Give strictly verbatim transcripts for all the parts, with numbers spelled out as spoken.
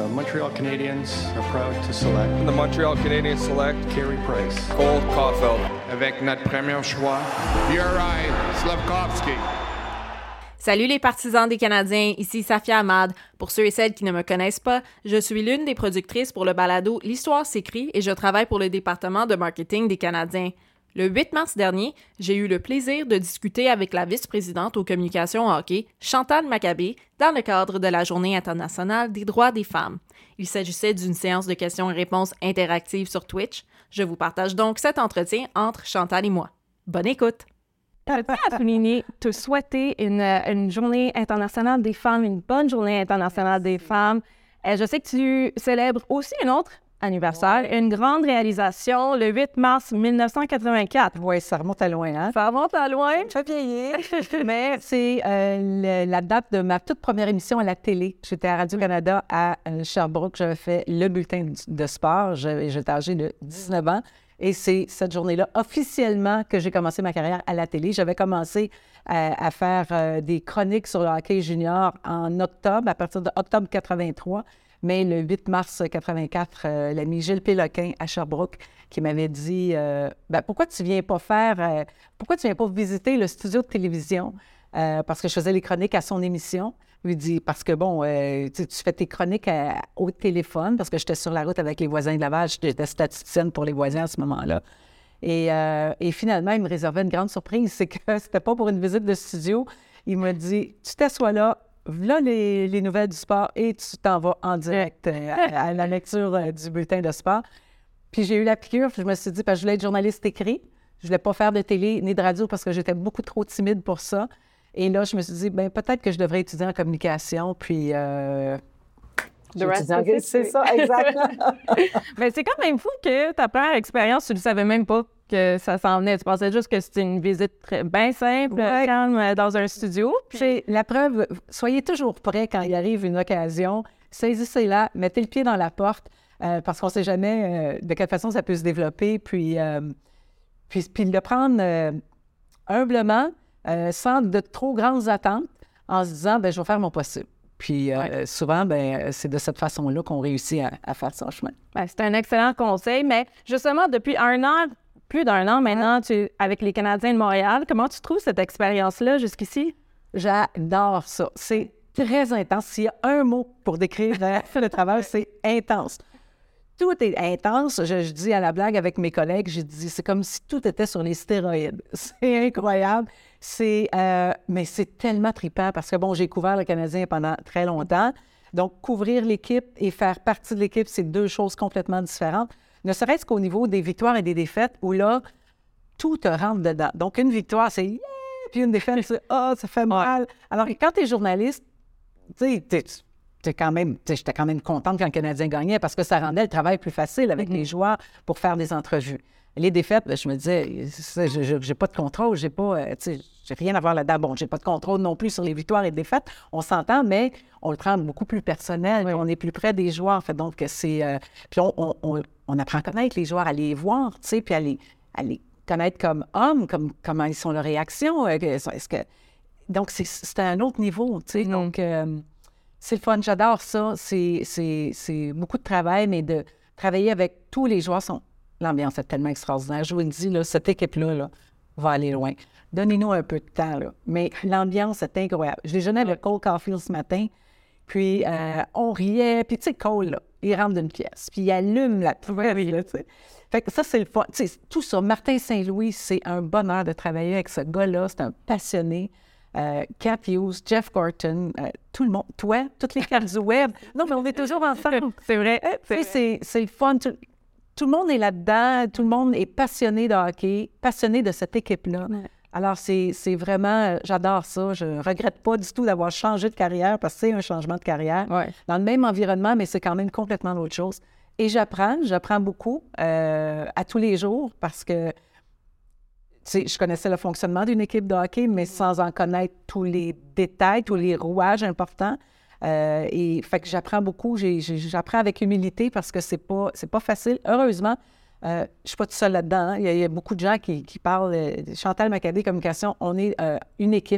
the Montreal Canadiens are proud to select. And the Montreal Canadiens select Carey Price. Cole Caulfield. Avec notre premier choix, Juraj Slafkovský. Salut les partisans des Canadiens, ici Safia Ahmad. Pour ceux et celles qui ne me connaissent pas, je suis l'une des productrices pour le balado L'Histoire s'écrit et je travaille pour le département de marketing des Canadiens. Le huit mars dernier, j'ai eu le plaisir de discuter avec la vice-présidente aux communications hockey, Chantal Maccabé, dans le cadre de la Journée internationale des droits des femmes. Il s'agissait d'une séance de questions et réponses interactives sur Twitch. Je vous partage donc cet entretien entre Chantal et moi. Bonne écoute! Je tiens à souligner, te souhaiter une, une journée internationale des femmes, une bonne journée internationale des femmes. Et je sais que tu célèbres aussi un autre anniversaire, une grande réalisation, le huit mars mille neuf cent quatre-vingt-quatre. Oui, ça remonte à loin, hein? Ça remonte à loin. Je vais vieillir. Mais c'est euh, le, la date de ma toute première émission à la télé. J'étais à Radio-Canada à euh, Sherbrooke. J'avais fait le bulletin de sport. J'étais âgée de dix-neuf ans. Et c'est cette journée-là, officiellement, que j'ai commencé ma carrière à la télé. J'avais commencé à, à faire euh, des chroniques sur le hockey junior en octobre, à partir d'octobre quatre-vingt-trois. Mais le huit mars quatre-vingt-quatre, euh, l'ami Gilles Péloquin à Sherbrooke qui m'avait dit euh, ben, « Pourquoi tu viens pas faire... Euh, pourquoi tu viens pas visiter le studio de télévision? Euh, » Parce que je faisais les chroniques à son émission. Il lui dit « Parce que, bon, euh, tu, tu fais tes chroniques à, au téléphone, parce que j'étais sur la route avec les voisins de Laval. J'étais statisticienne pour les voisins à ce moment-là. Et, euh, et finalement, il me réservait une grande surprise. C'est que c'était pas pour une visite de studio. Il m'a dit « Tu t'assois là, voilà les, les nouvelles du sport et tu t'en vas en direct euh, à, à la lecture euh, du bulletin de sport. » Puis j'ai eu la piqûre, je me suis dit, parce que je voulais être journaliste écrit, je voulais pas faire de télé ni de radio parce que j'étais beaucoup trop timide pour ça. Et là, je me suis dit, bien, peut-être que je devrais étudier en communication, puis... Euh, The rest is history. C'est ça, exactement. Mais c'est quand même fou que ta première expérience, tu ne savais même pas que ça s'en venait. Tu pensais juste que c'était une visite très, bien simple, ouais. calme, dans un studio. Puis... C'est la preuve, soyez toujours prêts quand il arrive une occasion. Saisissez-la, mettez le pied dans la porte, euh, parce qu'on ne sait jamais euh, de quelle façon ça peut se développer. Puis, euh, puis, puis le prendre euh, humblement, euh, sans de trop grandes attentes, en se disant, bien, je vais faire mon possible. Puis euh, ouais. souvent, ben, c'est de cette façon-là qu'on réussit à, à faire son chemin. Bien, c'est un excellent conseil, mais justement, depuis un an, plus d'un an maintenant, tu, avec les Canadiens de Montréal, comment tu trouves cette expérience-là jusqu'ici? J'adore ça. C'est très intense. S'il y a un mot pour décrire le travail, c'est intense. Tout est intense. Je, je dis à la blague avec mes collègues, j'ai dit, c'est comme si tout était sur les stéroïdes. C'est incroyable. C'est, euh, mais c'est tellement trippant parce que, bon, j'ai couvert le Canadien pendant très longtemps. Donc, couvrir l'équipe et faire partie de l'équipe, c'est deux choses complètement différentes. Ne serait-ce qu'au niveau des victoires et des défaites où là, tout te rentre dedans. Donc, une victoire, c'est « yeah », puis une défaite, c'est « ah, oh, ça fait mal ». Alors, quand tu es journaliste, tu sais, t'es, t'es quand même, j'étais quand même contente quand le Canadien gagnait parce que ça rendait le travail plus facile avec mm-hmm. les joueurs pour faire des entrevues. Les défaites, bien, je me disais, je n'ai pas de contrôle, j'ai pas, euh, tu sais, j'ai rien à voir là-dedans. Bon, j'ai pas de contrôle non plus sur les victoires et les défaites, on s'entend, mais on le prend beaucoup plus personnel, oui. On est plus près des joueurs, en fait, donc c'est... Euh, puis on, on, on, on apprend à connaître les joueurs, à les voir, tu sais, puis à les, à les connaître comme hommes, comme comment ils sont leurs réactions, euh, est-ce que... Donc, c'est, c'est à un autre niveau, tu sais, mm. donc euh, c'est le fun, j'adore ça, c'est, c'est, c'est beaucoup de travail, mais de travailler avec tous les joueurs sont... L'ambiance est tellement extraordinaire. Je vous le dis, là, cette équipe-là là, va aller loin. Donnez-nous un peu de temps, là. Mais l'ambiance est incroyable. Je déjeunais avec Cole Caulfield ce matin, puis euh, on riait. Puis tu sais, Cole, là, il rentre d'une pièce, puis il allume la poubelle, là, tu sais. Fait que ça, c'est le fun. Tu sais, tout ça, Martin Saint-Louis, c'est un bonheur de travailler avec ce gars-là. C'est un passionné. Euh, Cat Hughes, Jeff Gorton, euh, tout le monde, toi, toutes les cartes du web. Non, mais on est toujours ensemble. C'est vrai. C'est, vrai. c'est, c'est le fun. Tout, Tout le monde est là-dedans, tout le monde est passionné de hockey, passionné de cette équipe-là. Ouais. Alors, c'est, c'est vraiment, j'adore ça. Je ne regrette pas du tout d'avoir changé de carrière parce que c'est un changement de carrière. Ouais. Dans le même environnement, mais c'est quand même complètement autre chose. Et j'apprends, j'apprends beaucoup euh, à tous les jours parce que, tu sais, je connaissais le fonctionnement d'une équipe de hockey, mais sans en connaître tous les détails, tous les rouages importants. Euh, et fait que j'apprends beaucoup, j'ai, j'ai, j'apprends avec humilité parce que c'est pas, c'est pas facile. Heureusement, euh, je suis pas toute seule là-dedans. Hein. Il, y a, il y a beaucoup de gens qui, qui parlent. Euh, Chantal Maccabé Communication, on est euh, une équipe.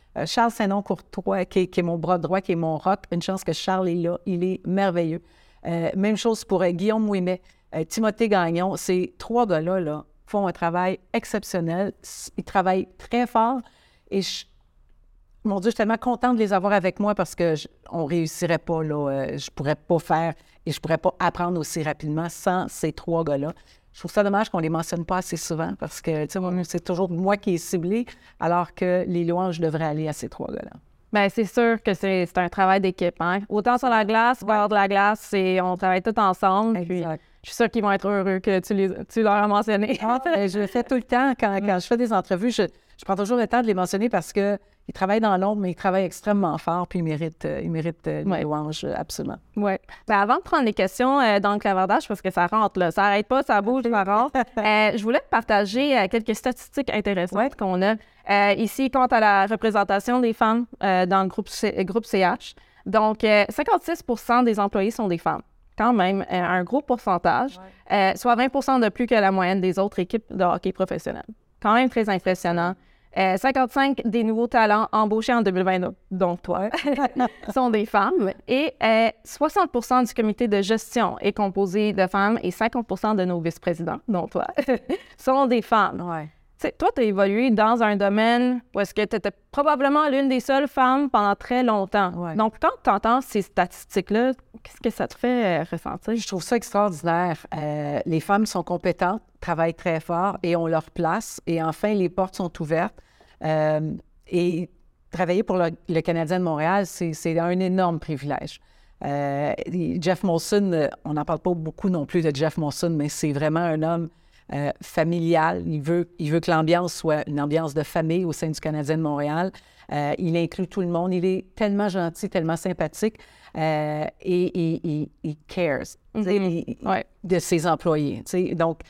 Euh, Charles Saint-Nom-Courtois, qui, est- qui est mon bras droit, qui est mon rock. Une chance que Charles est là. Il est merveilleux. Euh, même chose pour euh, Guillaume Ouimet, euh, Timothée Gagnon. Ces trois gars-là là, font un travail exceptionnel. Ils travaillent très fort. Et je, mon Dieu, je suis tellement contente de les avoir avec moi parce qu'on ne réussirait pas. Là, euh, je ne pourrais pas faire et je ne pourrais pas apprendre aussi rapidement sans ces trois gars-là. Je trouve ça dommage qu'on ne les mentionne pas assez souvent parce que, tu sais, moi, c'est toujours moi qui est ciblé, alors que les louanges devraient aller à ces trois gars-là. Bien, c'est sûr que c'est c'est un travail d'équipe. Hein? Autant sur la glace, hors de la glace, c'est, on travaille tous ensemble. Puis, Exact. je suis sûre qu'ils vont être heureux que tu, les, tu leur as mentionné. Ah, ben, je le fais tout le temps. Quand, quand je fais des entrevues, je, je prends toujours le temps de les mentionner parce qu'ils travaillent dans l'ombre, mais ils travaillent extrêmement fort, puis ils méritent, euh, ils méritent euh, les Ouais. louanges, euh, absolument. Oui. Ben, avant de prendre les questions euh, dans le clavardage, parce que ça rentre, là, ça n'arrête pas, ça bouge, ça rentre, euh, je voulais te partager euh, quelques statistiques intéressantes qu'on a euh, ici quant à la représentation des femmes euh, dans le groupe, C- groupe C H. Donc, euh, cinquante-six pour cent des employés sont des femmes. Quand même, euh, un gros pourcentage, euh, soit vingt pour cent de plus que la moyenne des autres équipes de hockey professionnelles. Quand même très impressionnant. Euh, cinquante-cinq des nouveaux talents embauchés en deux mille vingt-deux, donc toi, sont des femmes. Et euh, soixante pour cent du comité de gestion est composé de femmes et cinquante pour cent de nos vice-présidents, donc toi, sont des femmes. Ouais. Tu sais, toi, tu as évolué dans un domaine où est-ce que tu étais probablement l'une des seules femmes pendant très longtemps. Ouais. Donc, quand tu entends ces statistiques-là, qu'est-ce que ça te fait euh, ressentir? Je trouve ça extraordinaire. Euh, les femmes sont compétentes, travaillent très fort et ont leur place. Et enfin, les portes sont ouvertes. Euh, et travailler pour le, le Canadien de Montréal, c'est, c'est un énorme privilège. Euh, Jeff Molson, euh, on n'en parle pas beaucoup non plus de Jeff Molson, mais c'est vraiment un homme euh, familial. Il veut, il veut que l'ambiance soit une ambiance de famille au sein du Canadien de Montréal. Euh, il inclut tout le monde. Il est tellement gentil, tellement sympathique. Euh, et et- et- il cares tu sais, il- Ouais. de ses employés. tu sais. Donc,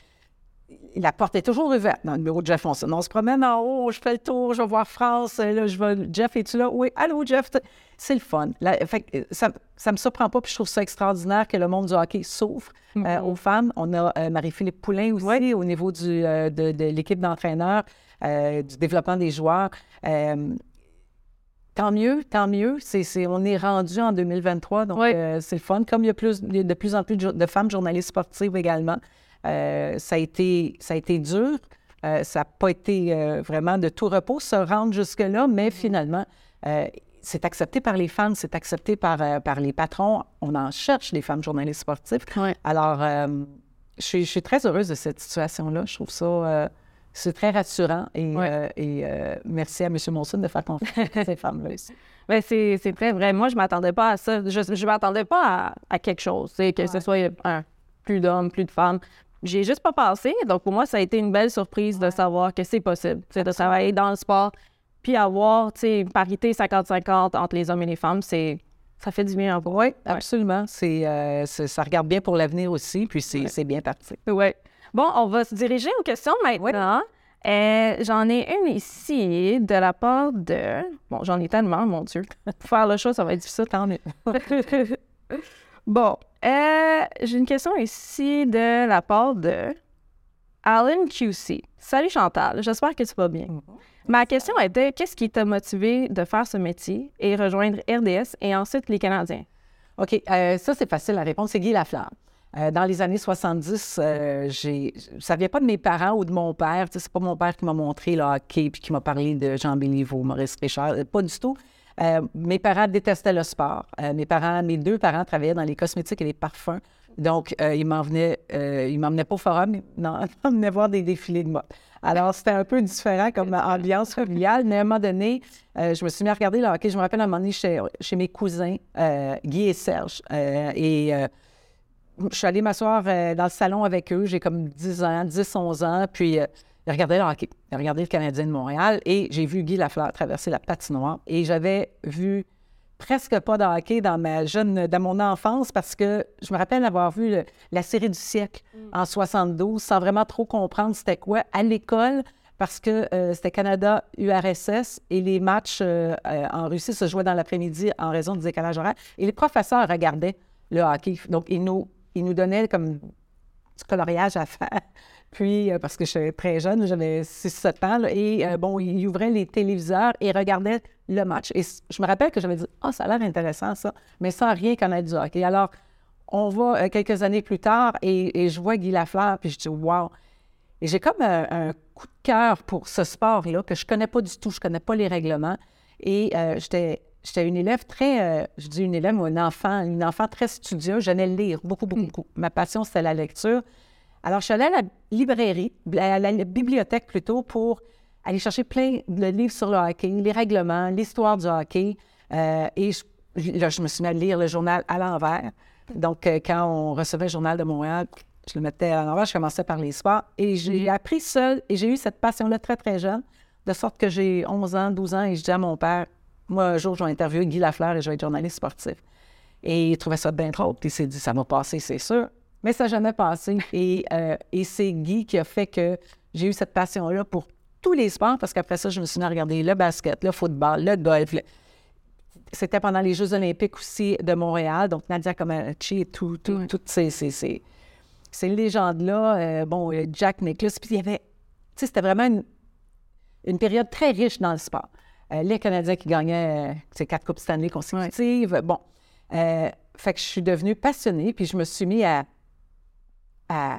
la porte est toujours ouverte dans le bureau de Jeff Monson. On se promène en haut, je fais le tour, je vais voir France. Là, je vais, Jeff, es-tu là? Oui. Allô, Jeff? C'est le fun. La- fait que ça ne me surprend pas, puis je trouve ça extraordinaire que le monde du hockey s'ouvre euh, aux femmes. On a euh, Marie-Philippe Poulain aussi au niveau du, euh, de, de l'équipe d'entraîneurs, euh, du développement des joueurs. Euh, Tant mieux, tant mieux. C'est, c'est, on est rendu en deux mille vingt-trois, donc Oui. euh, c'est le fun. Comme il y a plus, il y a de plus en plus de, jo- de femmes journalistes sportives également, euh, ça, a été, ça a été dur. Euh, ça n'a pas été euh, vraiment de tout repos se rendre jusque-là, mais finalement, euh, c'est accepté par les fans, c'est accepté par, euh, par les patrons. On en cherche des femmes journalistes sportives. Ouais. Alors, euh, je, suis, je suis très heureuse de cette situation-là. Je trouve ça... euh, c'est très rassurant et, Ouais. euh, et euh, merci à M. Monson de faire confiance à ces femmes-là aussi. Ben, c'est, c'est très vrai. Moi, je m'attendais pas à ça. Je ne m'attendais pas à, à quelque chose, tu sais, que ce soit un, plus d'hommes, plus de femmes. J'ai juste pas pensé. Donc, pour moi, ça a été une belle surprise de savoir que c'est possible, tu sais, de travailler dans le sport, puis avoir, tu sais, une parité cinquante cinquante entre les hommes et les femmes, c'est, ça fait du bien en vous. Oui, absolument. C'est, euh, c'est- ça regarde bien pour l'avenir aussi, puis c'est, c'est bien parti. Oui. Bon, on va se diriger aux questions maintenant. Euh, j'en ai une ici de la part de... Bon, j'en ai tellement, mon Dieu. Pour faire le show, ça va être difficile. Tant mieux. Bon, euh, j'ai une question ici de la part de Alan Q C. Salut Chantal, j'espère que tu vas bien. Ma question était, qu'est-ce qui t'a motivé de faire ce métier et rejoindre R D S et ensuite les Canadiens? OK, euh, ça, c'est facile à répondre. C'est Guy Lafleur. Euh, dans les années soixante-dix, euh, j'ai... ça ne vient pas de mes parents ou de mon père. Tu sais, c'est pas mon père qui m'a montré le hockey puis qui m'a parlé de Jean Béliveau, Maurice Richard. Euh, Pas du tout. Euh, mes parents détestaient le sport. Euh, mes parents, mes deux parents travaillaient dans les cosmétiques et les parfums. Donc, euh, ils m'emmenaient, euh, ils m'emmenaient pas au forum, ils m'emmenaient voir des défilés de mode. Alors, c'était un peu différent comme ambiance familiale, mais à un moment donné, euh, je me suis mis à regarder le hockey. Je me rappelle à un moment donné chez, chez mes cousins, euh, Guy et Serge. Euh, et euh, je suis allée m'asseoir euh, dans le salon avec eux. J'ai comme dix ans, dix, onze ans. Puis, euh, ils regardaient le hockey. Ils regardaient le Canadien de Montréal. Et j'ai vu Guy Lafleur traverser la patinoire. Et j'avais vu presque pas de hockey dans ma jeune, dans mon enfance parce que je me rappelle avoir vu le- la série du siècle en soixante-douze sans vraiment trop comprendre c'était quoi à l'école parce que euh, c'était Canada-U R S S et les matchs euh, euh, en Russie se jouaient dans l'après-midi en raison du décalage horaire. Et les professeurs regardaient le hockey. Donc, ils nous, ils nous donnaient comme du coloriage à faire. Puis, euh, parce que j'étais très jeune, j'avais six sept ans, là, et euh, bon, il ouvrait les téléviseurs et regardait le match. Et je me rappelle que j'avais dit « Ah, oh, ça a l'air intéressant, ça », mais sans rien connaître du hockey. Alors, on va euh, quelques années plus tard et, et je vois Guy Lafleur, puis je dis « Wow ». Et j'ai comme un, un coup de cœur pour ce sport-là que je connais pas du tout, je connais pas les règlements. Et euh, j'étais... J'étais une élève très, euh, je dis une élève ou un enfant, une enfant très studieuse. J'aimais lire beaucoup, beaucoup, beaucoup. Ma passion, c'était la lecture. Alors, je suis allée à la librairie, à la bibliothèque plutôt, pour aller chercher plein de livres sur le hockey, les règlements, l'histoire du hockey. Euh, et je, là, je me suis mis à lire le journal à l'envers. Donc, euh, quand on recevait le Journal de Montréal, je le mettais à l'envers, je commençais par les sports. Et j'ai appris seule, et j'ai eu cette passion-là très, très jeune, de sorte que j'ai onze ans, douze ans, et je dis à mon père, moi, un jour, je vais interviewer Guy Lafleur et je vais être journaliste sportif. Et il trouvait ça bien trop. Puis il s'est dit, ça va passer, c'est sûr. Mais ça n'a jamais passé. Et, euh, et c'est Guy qui a fait que j'ai eu cette passion-là pour tous les sports, parce qu'après ça, je me suis mis à regarder le basket, le football, le golf. Le... C'était pendant les Jeux olympiques aussi de Montréal. Donc, Nadia Comaneci et tout, tout, oui. toutes ces, ces, ces, ces légendes-là. Euh, bon, Jack Nicklaus. Puis il y avait... Tu sais, c'était vraiment une, une période très riche dans le sport. Euh, les Canadiens qui gagnaient euh, ces quatre Coupes Stanley consécutives. Ouais. Bon, euh, fait que je suis devenue passionnée, puis je me suis mis à, à,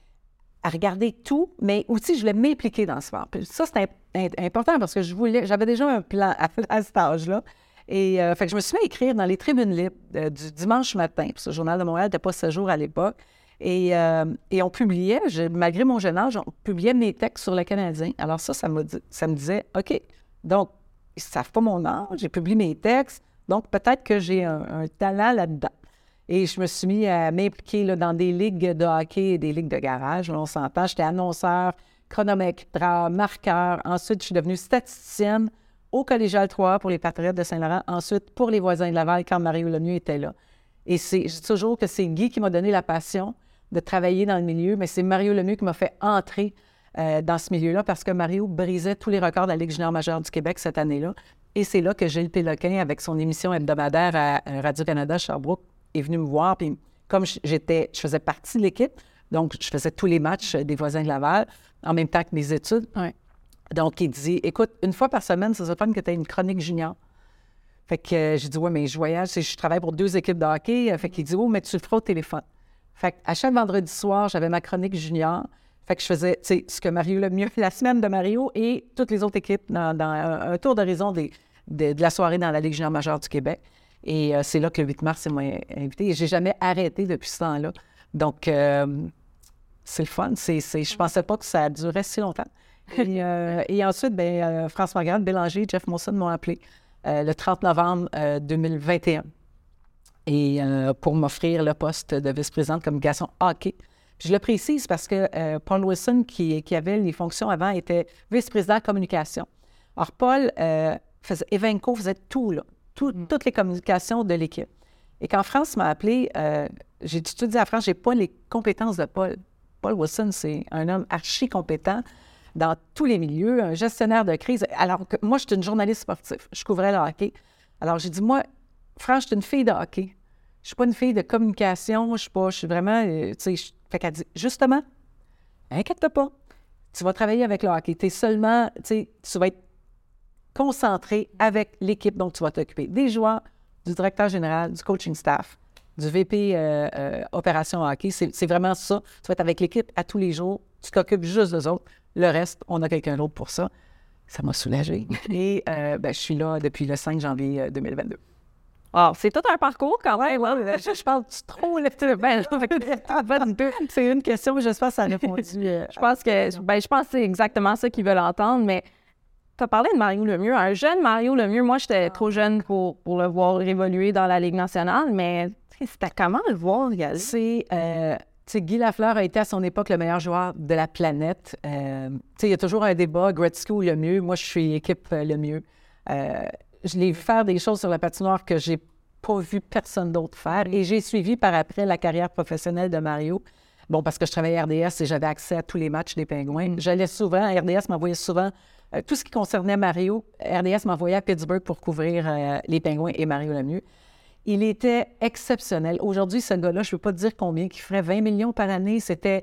à regarder tout, mais aussi je voulais m'impliquer dans le sport. Puis ça, c'est imp- important parce que je voulais, j'avais déjà un plan à, à cet âge-là. Et euh, fait que je me suis mis à écrire dans les tribunes libres euh, du dimanche matin. Puis ce Journal de Montréal n'était pas ce jour à l'époque. Et, euh, et on publiait, je, malgré mon jeune âge, on publiait mes textes sur le Canadien. Alors ça, ça, m'a dit, ça me disait, OK, donc, ils ne savent pas mon âge, j'ai publié mes textes, donc peut-être que j'ai un, un talent là-dedans. Et je me suis mis à m'impliquer là, dans des ligues de hockey et des ligues de garage. Là, on s'entend, j'étais annonceur, chronométreur, marqueur. Ensuite, je suis devenue statisticienne au Collégial trois pour les Patriotes de Saint-Laurent. Ensuite, pour les Voisins de Laval, quand Mario Lemieux était là. Et c'est, je dis toujours que c'est Guy qui m'a donné la passion de travailler dans le milieu, mais c'est Mario Lemieux qui m'a fait entrer Euh, dans ce milieu-là, parce que Mario brisait tous les records de la Ligue junior majeure du Québec cette année-là. Et c'est là que Gilles Péloquin, avec son émission hebdomadaire à Radio-Canada Sherbrooke, est venu me voir. Puis comme j'étais, je faisais partie de l'équipe, donc je faisais tous les matchs des Voisins de Laval, en même temps que mes études. Ouais. Donc il dit, écoute, une fois par semaine, ça serait fun que tu aies une chronique junior. Fait que euh, j'ai dit, ouais, mais je voyage, je travaille pour deux équipes de hockey. Fait qu'il dit, oh, mais tu le feras au téléphone. Fait qu'à chaque vendredi soir, j'avais ma chronique junior. Fait que je faisais, tu sais, ce que Mario Lemieux, la semaine de Mario et toutes les autres équipes dans, dans un, un tour d'horizon des, de, de la soirée dans la Ligue junior majeure du Québec. Et euh, c'est là que le huit mars, ils m'ont invité. Et j'ai jamais arrêté depuis ce temps-là. Donc, euh, c'est le fun. C'est, c'est, je pensais pas que ça durait si longtemps. Et, euh, et ensuite, ben, euh, François-Margaret Bélanger et Jeff Molson m'ont appelé euh, le trente novembre euh, deux mille vingt et un et, euh, pour m'offrir le poste de vice-présidente communication hockey. Je le précise parce que euh, Paul Wilson, qui, qui avait les fonctions avant, était vice-président communication. Alors, Paul euh, faisait, Evenco faisait tout, là, tout, mm. toutes les communications de l'équipe. Et quand France m'a appelé, euh, j'ai tout de suite dit à France, j'ai pas les compétences de Paul. Paul Wilson, c'est un homme archi compétent dans tous les milieux, un gestionnaire de crise. Alors que moi, je suis une journaliste sportive. Je couvrais le hockey. Alors, j'ai dit, moi, France, je suis une fille de hockey. Je suis pas une fille de communication. Je suis pas, je suis vraiment, euh, tu sais, fait qu'elle dit, justement, inquiète-toi pas. Tu vas travailler avec le hockey. Tu es seulement, tu sais, tu vas être concentré avec l'équipe dont tu vas t'occuper. Des joueurs, du directeur général, du coaching staff, du V P euh, euh, opération hockey. C'est, c'est vraiment ça. Tu vas être avec l'équipe à tous les jours. Tu t'occupes juste d'eux autres. Le reste, on a quelqu'un d'autre pour ça. Ça m'a soulagée. Et euh, ben, je suis là depuis le cinq janvier deux mille vingt-deux. Wow, c'est tout un parcours quand même. Ouais, je, je parle trop. Ben, c'est une question, mais j'espère que ça a répondu. Euh, je pense que ben, je pense que c'est exactement ça qu'ils veulent entendre, mais tu as parlé de Mario Lemieux. Un jeune Mario Lemieux, moi, j'étais trop jeune pour, pour le voir évoluer dans la Ligue nationale, mais c'était comment le voir, regarder? C'est... Euh, Tu sais, Guy Lafleur a été à son époque le meilleur joueur de la planète. Euh, tu sais, il y a toujours un débat, Gretzky ou Lemieux. Moi, je suis équipe euh, Lemieux. Euh, je l'ai vu faire des choses sur la patinoire que j'ai pas vu personne d'autre faire. Et j'ai suivi par après la carrière professionnelle de Mario. Bon, parce que je travaillais à R D S et j'avais accès à tous les matchs des Pingouins. Mm. J'allais souvent, R D S m'envoyait souvent euh, tout ce qui concernait Mario. R D S m'envoyait à Pittsburgh pour couvrir euh, les Pingouins et Mario Lemieux. Il était exceptionnel. Aujourd'hui, ce gars-là, je ne peux pas te dire combien, qu'il ferait vingt millions par année. C'était...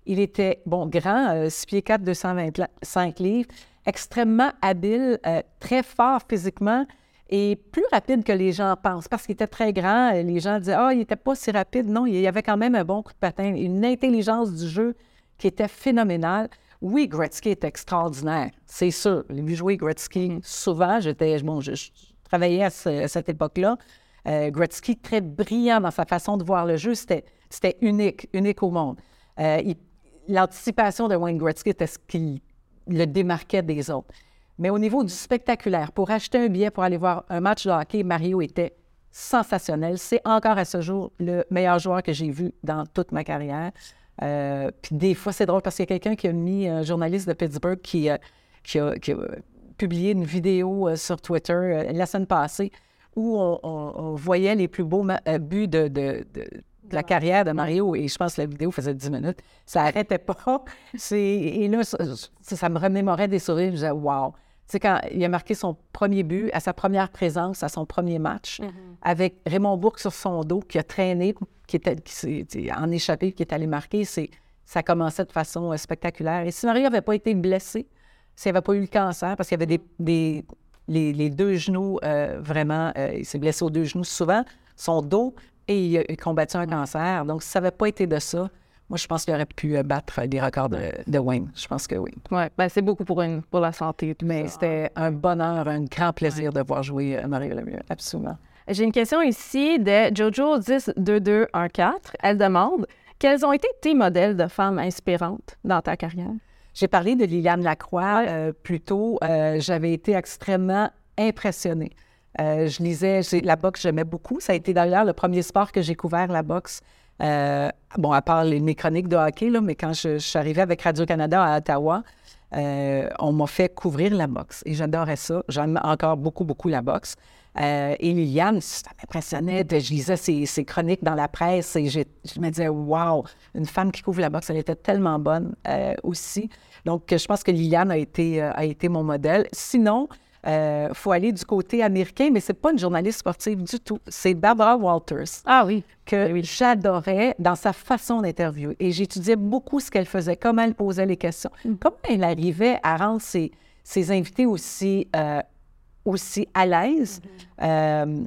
Il était, bon, grand, euh, six pieds quatre, deux cent vingt-cinq livres, extrêmement habile, euh, très fort physiquement et plus rapide que les gens pensent. Parce qu'il était très grand, les gens disaient « Ah, oh, il n'était pas si rapide. » Non, il y avait quand même un bon coup de patin, une intelligence du jeu qui était phénoménale. Oui, Gretzky est extraordinaire, c'est sûr. J'ai vu jouer Gretzky souvent. J'étais, bon, je, je travaillais à, ce, à cette époque-là. Euh, Gretzky, très brillant dans sa façon de voir le jeu. C'était, c'était unique, unique au monde. Euh, il, l'anticipation de Wayne Gretzky était ce qui le démarquait des autres. Mais au niveau du spectaculaire, pour acheter un billet pour aller voir un match de hockey, Mario était sensationnel. C'est encore à ce jour le meilleur joueur que j'ai vu dans toute ma carrière. Euh, puis des fois, c'est drôle parce qu'il y a quelqu'un qui a mis, un journaliste de Pittsburgh, qui, euh, qui, a, qui a publié une vidéo euh, sur Twitter euh, la semaine passée où on, on, on voyait les plus beaux ma- euh, buts de, de, de, de la carrière de Mario. Et je pense que la vidéo faisait dix minutes. Ça n'arrêtait pas. C'est, et là, ça, ça, ça me remémorait des sourires. Je disais, wow! Tu sais, quand il a marqué son premier but, à sa première présence, à son premier match, mm-hmm. avec Raymond Bourque sur son dos, qui a traîné, qui était qui s'est, en échappé, qui est allé marquer, c'est, ça commençait de façon euh, spectaculaire. Et si Mario n'avait pas été blessé, s'il n'avait pas eu le cancer, parce qu'il y avait des, des les, les deux genoux, euh, vraiment, euh, il s'est blessé aux deux genoux souvent, son dos, et il a, il a combattu un cancer. Donc, si ça n'avait pas été de ça, moi, je pense qu'il aurait pu battre des records de, de Wayne. Je pense que oui. Oui, bien, c'est beaucoup pour, une, pour la santé. Tout Mais ça. C'était un bonheur, un grand plaisir ouais. de voir jouer Mario Lemieux. Absolument. J'ai une question ici de Jojo dix deux deux un quatre. Elle demande « Quels ont été tes modèles de femmes inspirantes dans ta carrière? » J'ai parlé de Liliane Lacroix ouais. euh, plus tôt. Euh, j'avais été extrêmement impressionnée. Euh, je lisais, j'ai, la boxe, j'aimais beaucoup. Ça a été d'ailleurs le premier sport que j'ai couvert, la boxe. Euh, bon, à part les, mes chroniques de hockey, là, mais quand je, je suis arrivée avec Radio-Canada à Ottawa, euh, on m'a fait couvrir la boxe. Et j'adorais ça. J'aime encore beaucoup, beaucoup la boxe. Euh, et Liliane, ça m'impressionnait. De, je lisais ses, ses chroniques dans la presse et je, je me disais, wow, une femme qui couvre la boxe, elle était tellement bonne euh, aussi. Donc, je pense que Liliane a été, euh, a été mon modèle. Sinon, il euh, faut aller du côté américain, mais c'est pas une journaliste sportive du tout. C'est Barbara Walters. Ah oui. Que oui. j'adorais dans sa façon d'interviewer. Et j'étudiais beaucoup ce qu'elle faisait, comment elle posait les questions, mm. comment elle arrivait à rendre ses, ses invités aussi, euh, aussi à l'aise. Mm-hmm. Euh,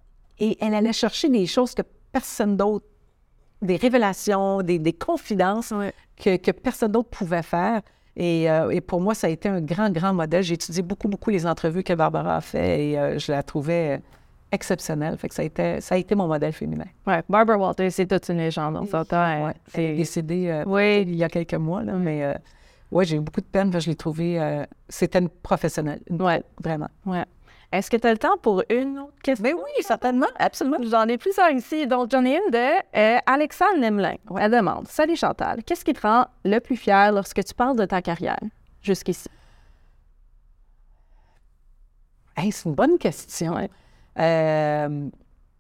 et elle allait chercher des choses que personne d'autre, des révélations, des, des confidences ouais. que, que personne d'autre pouvait faire. Et, euh, et pour moi, ça a été un grand, grand modèle. J'ai étudié beaucoup, beaucoup les entrevues que Barbara a fait et euh, je la trouvais exceptionnelle. Fait que ça a été, ça a été mon modèle féminin. Oui, Barbara Walters, c'est toute une légende dans son temps. Ouais, c'est... Elle est décédée euh, oui. il y a quelques mois, là, mais euh, ouais, j'ai eu beaucoup de peine. Je l'ai trouvée... Euh, c'était une professionnelle, une, ouais. vraiment. Ouais. Est-ce que tu as le temps pour une autre question? Mais oui, certainement, absolument. J'en ai plusieurs ici. Donc, j'en ai une de euh, Alexandre Nemelin. Ouais. Elle demande, « Salut Chantal, qu'est-ce qui te rend le plus fier lorsque tu parles de ta carrière jusqu'ici? » Hey, c'est une bonne question. Ouais. Euh,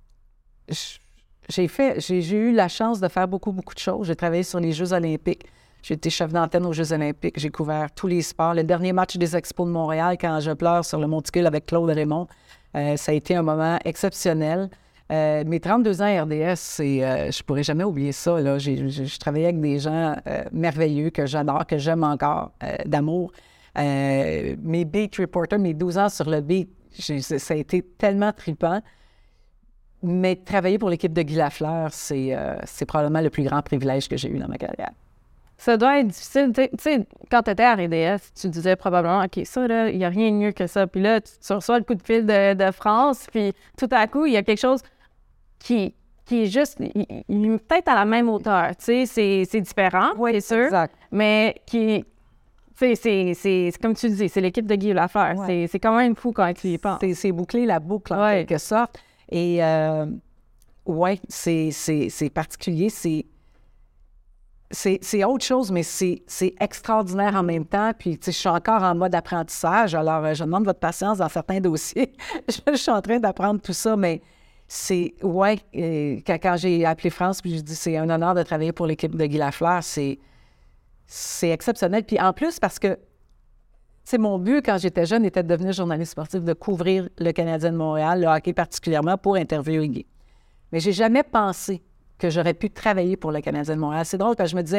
j'ai, fait, j'ai, j'ai eu la chance de faire beaucoup, beaucoup de choses. J'ai travaillé sur les Jeux olympiques. J'ai été chef d'antenne aux Jeux olympiques. J'ai couvert tous les sports. Le dernier match des Expos de Montréal, quand je pleure sur le monticule avec Claude Raymond, euh, ça a été un moment exceptionnel. Euh, mes trente-deux ans à R D S, c'est, euh, je ne pourrais jamais oublier ça. Là. J'ai, j'ai, je travaillais avec des gens euh, merveilleux que j'adore, que j'aime encore, euh, d'amour. Euh, mes beat reporters, mes douze ans sur le beat, j'ai, ça a été tellement trippant. Mais travailler pour l'équipe de Guy Lafleur, c'est, euh, c'est probablement le plus grand privilège que j'ai eu dans ma carrière. Ça doit être difficile. Tu sais, quand tu étais à R D S, tu disais probablement, OK, ça, là, il n'y a rien de mieux que ça. Puis là, tu, tu reçois le coup de fil de, de France, puis tout à coup, il y a quelque chose qui, qui est juste, il, il est peut-être à la même hauteur. Tu sais, c'est, c'est différent, oui, c'est sûr. Exact. Mais qui, tu sais, c'est, c'est, c'est comme tu disais, c'est l'équipe de Guy Lafleur. Ouais. C'est, c'est quand même fou quand tu y penses. C'est, c'est boucler la boucle, en ouais. quelque sorte. Et, euh, oui, c'est, c'est, c'est particulier. C'est. C'est, c'est autre chose, mais c'est, c'est extraordinaire en même temps. Puis, tu sais, je suis encore en mode apprentissage. Alors, euh, je demande votre patience dans certains dossiers. je, je suis en train d'apprendre tout ça, mais c'est... Ouais, euh, quand, quand j'ai appelé France, puis j'ai dit c'est un honneur de travailler pour l'équipe de Guy Lafleur, c'est, c'est exceptionnel. Puis en plus, parce que, c'est mon but quand j'étais jeune était de devenir journaliste sportif, de couvrir le Canadien de Montréal, le hockey particulièrement, pour interviewer Guy. Mais j'ai jamais pensé que j'aurais pu travailler pour le Canadien de Montréal. C'est drôle parce que je me disais,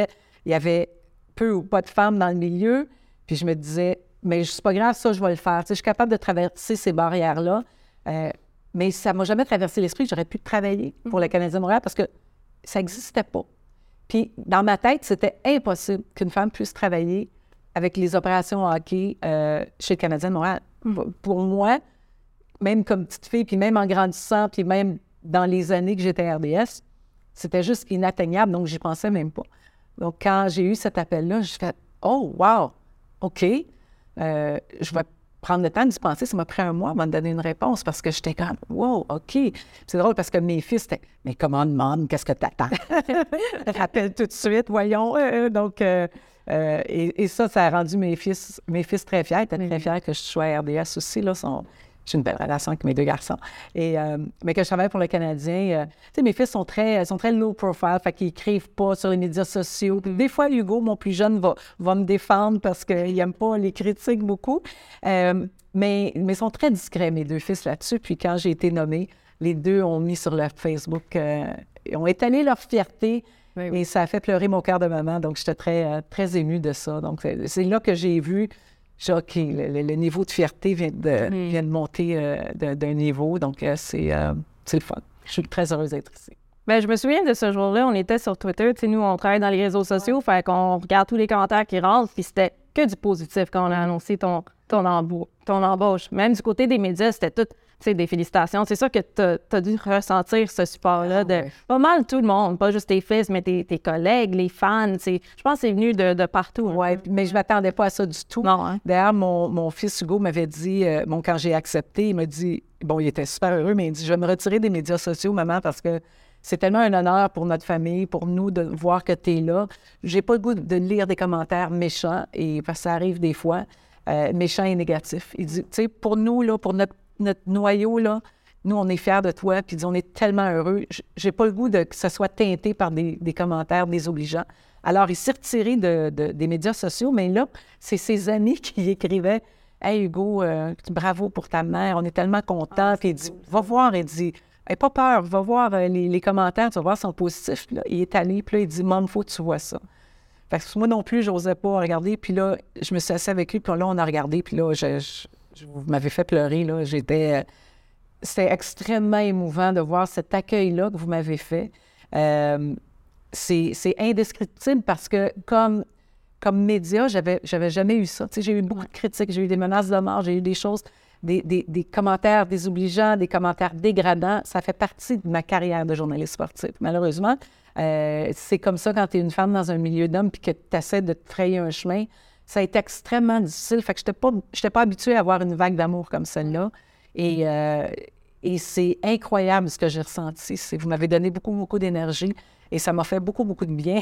il y avait peu ou pas de femmes dans le milieu. Puis je me disais, mais c'est pas grave, ça, je vais le faire. Tu sais, je suis capable de traverser ces barrières-là. Euh, mais ça m'a jamais traversé l'esprit que j'aurais pu travailler pour le Canadien de Montréal parce que ça n'existait pas. Puis dans ma tête, c'était impossible qu'une femme puisse travailler avec les opérations hockey euh, chez le Canadien de Montréal. Pour, pour moi, même comme petite fille, puis même en grandissant, puis même dans les années que j'étais à R D S, c'était juste inatteignable, donc j'y pensais même pas. Donc, quand j'ai eu cet appel-là, j'ai fait « Oh, wow! OK, euh, je vais prendre le temps d'y penser. » Ça m'a pris un mois avant de donner une réponse parce que j'étais comme « Wow, OK! » Puis c'est drôle parce que mes fils étaient « Mais comment demande? Qu'est-ce que t'attends? » Rappelle tout de suite, voyons. Euh, donc, euh, euh, et, et ça, ça a rendu mes fils, mes fils très fiers. Ils étaient très fiers que je sois à R D S aussi, là, sont... J'ai une belle relation avec mes deux garçons. Et, euh, mais que je travaille pour le Canadien, euh, tu sais, mes fils sont très, sont très low profile, fait qu'ils écrivent pas sur les médias sociaux. Puis des fois, Hugo, mon plus jeune, va, va me défendre parce qu'il n'aime pas les critiques beaucoup. Euh, mais ils sont très discrets, mes deux fils, là-dessus. Puis quand j'ai été nommée, les deux ont mis sur leur Facebook, euh, ont étalé leur fierté. Oui, oui. Et ça a fait pleurer mon cœur de maman. Donc, j'étais très, euh, très émue de ça. Donc, c'est, c'est là que j'ai vu... J'ai OK, le, le niveau de fierté vient de, mm. vient de monter euh, de, d'un niveau, donc euh, c'est, euh, c'est le fun. Je suis très heureuse d'être ici. Bien, je me souviens de ce jour-là, on était sur Twitter, tu sais, nous, on travaille dans les réseaux sociaux, ouais. Fait qu'on regarde tous les commentaires qui rentrent, puis c'était que du positif quand on a annoncé ton, ton, embau- ton embauche. Même du côté des médias, c'était tout, tu sais, des félicitations. C'est sûr que tu as dû ressentir ce support-là de ouais. pas mal tout le monde, pas juste tes fils, mais tes, tes collègues, les fans, tu sais. Je pense que c'est venu de, de partout. Oui, mais je ne m'attendais pas à ça du tout. Non, hein? D'ailleurs, mon, mon fils Hugo m'avait dit, euh, bon, quand j'ai accepté, il m'a dit, bon, il était super heureux, mais il dit, je vais me retirer des médias sociaux, maman, parce que c'est tellement un honneur pour notre famille, pour nous, de voir que tu es là. J'ai pas le goût de lire des commentaires méchants, et parce que ça arrive des fois, euh, méchants et négatifs. Il dit, tu sais, pour nous, là, pour notre, notre noyau, là, nous, on est fiers de toi, puis il dit, on est tellement heureux. J'ai pas le goût de que ça soit teinté par des, des commentaires désobligeants. Alors, il s'est retiré de, de, des médias sociaux, mais là, c'est ses amis qui écrivaient « Hey Hugo, euh, bravo pour ta mère, on est tellement contents. » Puis il dit « Va voir, il dit hey, pas peur, va voir euh, les, les commentaires, tu vas voir, ils sont positifs. » Là, il est allé, puis là, il dit « Maman, il faut que tu vois ça. » Fait que moi non plus, je n'osais pas regarder. Puis là, je me suis assise avec lui, puis là, on a regardé, puis là, je, je, je, vous m'avez fait pleurer, là. J'étais... C'était extrêmement émouvant de voir cet accueil-là que vous m'avez fait. Euh, c'est, c'est indescriptible parce que, comme, comme média, j'avais, j'avais jamais eu ça. Tu sais, j'ai eu beaucoup de critiques, j'ai eu des menaces de mort, j'ai eu des choses, des, des, des commentaires désobligeants, des commentaires dégradants. Ça fait partie de ma carrière de journaliste sportif. Malheureusement, euh, c'est comme ça quand tu es une femme dans un milieu d'hommes puis que tu essaies de te frayer un chemin. Ça a été extrêmement difficile. Fait que je n'étais pas, j'étais pas habituée à avoir une vague d'amour comme celle-là. Et, euh, et c'est incroyable ce que j'ai ressenti. C'est, vous m'avez donné beaucoup, beaucoup d'énergie et ça m'a fait beaucoup, beaucoup de bien.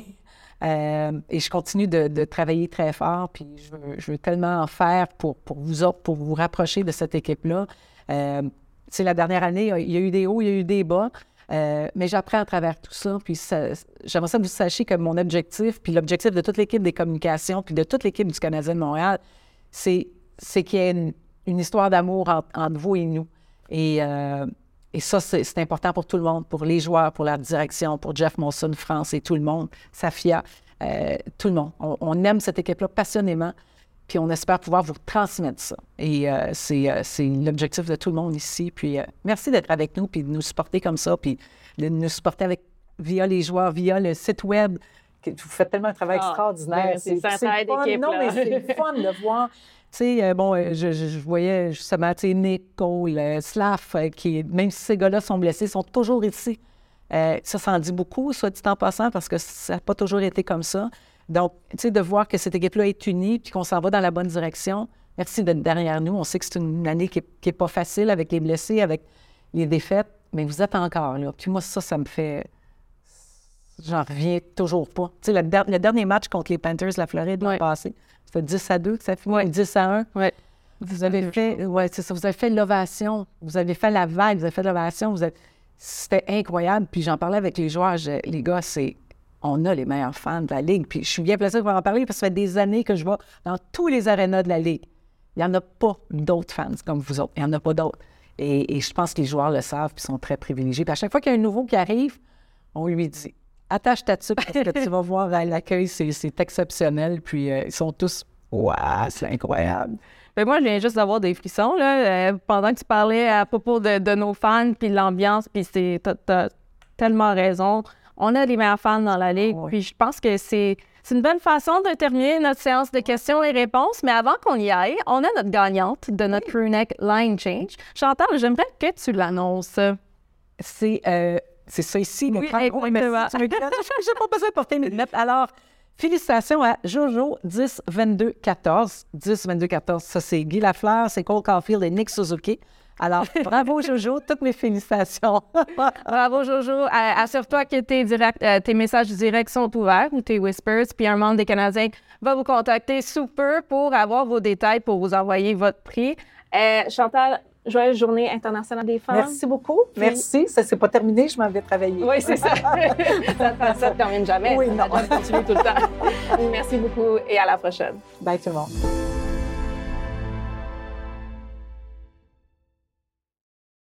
Euh, et je continue de, de travailler très fort, puis je veux, je veux tellement en faire pour, pour vous autres, pour vous rapprocher de cette équipe-là. Euh, c'est la dernière année, il y a eu des hauts, il y a eu des bas, euh, mais j'apprends à travers tout ça. Puis ça, j'aimerais ça que vous sachiez que mon objectif, puis l'objectif de toute l'équipe des communications, puis de toute l'équipe du Canadien de Montréal, c'est, c'est qu'il y ait une, une histoire d'amour entre, entre vous et nous. Et, euh, et ça, c'est, c'est important pour tout le monde, pour les joueurs, pour la direction, pour Jeff Molson, France et tout le monde, Safia, euh, tout le monde. On, on aime cette équipe-là passionnément, puis on espère pouvoir vous transmettre ça. Et euh, c'est, euh, c'est l'objectif de tout le monde ici. Puis euh, merci d'être avec nous, puis de nous supporter comme ça, puis de nous supporter avec, via les joueurs, via le site web. Vous faites tellement un travail oh, extraordinaire. C'est, c'est, c'est fun. D'équipe, non, mais c'est fun de voir... Tu sais, euh, bon, euh, je, je, je voyais justement, tu sais, Nick, Cole, euh, Slav, euh, qui, même si ces gars-là sont blessés, sont toujours ici. Euh, ça, ça en dit beaucoup, soit dit en passant, parce que ça n'a pas toujours été comme ça. Donc, tu sais, de voir que cette équipe-là est unie, puis qu'on s'en va dans la bonne direction. Merci d'être derrière nous. On sait que c'est une année qui n'est pas facile avec les blessés, avec les défaites, mais vous êtes encore là. Puis moi, ça, ça me fait... J'en reviens toujours pas. Tu sais, le, der- le dernier match contre les Panthers de la Floride l'an ouais. passé, c'était dix à deux que ça fait, ouais. dix à un. Ouais. Vous avez fait, ouais, c'est ça, vous avez fait l'ovation, vous avez fait la vague, vous avez fait l'ovation, vous avez... C'était incroyable. Puis j'en parlais avec les joueurs, je... les gars, c'est... On a les meilleurs fans de la Ligue. Puis je suis bien placée pour en parler parce que ça fait des années que je vais dans tous les arénas de la Ligue. Il n'y en a pas d'autres fans comme vous autres. Il n'y en a pas d'autres. Et, et je pense que les joueurs le savent puis sont très privilégiés. Puis à chaque fois qu'il y a un nouveau qui arrive, on lui dit... attache ta tuque parce que tu vas voir à l'accueil, c'est, c'est exceptionnel. Puis euh, ils sont tous, waouh, c'est incroyable. Ben moi, je viens juste d'avoir des frissons, là, euh, pendant que tu parlais à propos de, de nos fans, puis de l'ambiance, puis c'est, t'as, t'as tellement raison. On a les meilleurs fans dans la Ligue, Oui. puis je pense que c'est, c'est une bonne façon de terminer notre séance de questions et réponses, mais avant qu'on y aille, on a notre gagnante de notre crewneck line change. Chantal, j'aimerais que tu l'annonces. C'est, euh, c'est ça ici. Oui, l'écran. exactement. merci. Tu me grattes. J'ai pas besoin de porter mes lunettes. Alors, félicitations à Jojo dix vingt-deux quatorze. dix vingt-deux quatorze, ça c'est Guy Lafleur, c'est Cole Caulfield et Nick Suzuki. Alors, bravo Jojo, toutes mes félicitations. Bravo, Jojo. Euh, assure-toi que tes, direct, euh, tes messages directs sont ouverts ou tes whispers, puis un membre des Canadiens va vous contacter sous peu pour avoir vos détails pour vous envoyer votre prix. Euh, Chantal, joyeuse journée internationale des femmes. Merci beaucoup. Merci. Ça, c'est pas terminé, je m'en vais travailler. Oui, c'est ça. ça. Ça ne termine jamais. Oui, Ça non. va continuer tout le temps. Merci beaucoup et à la prochaine. Bye tout le monde.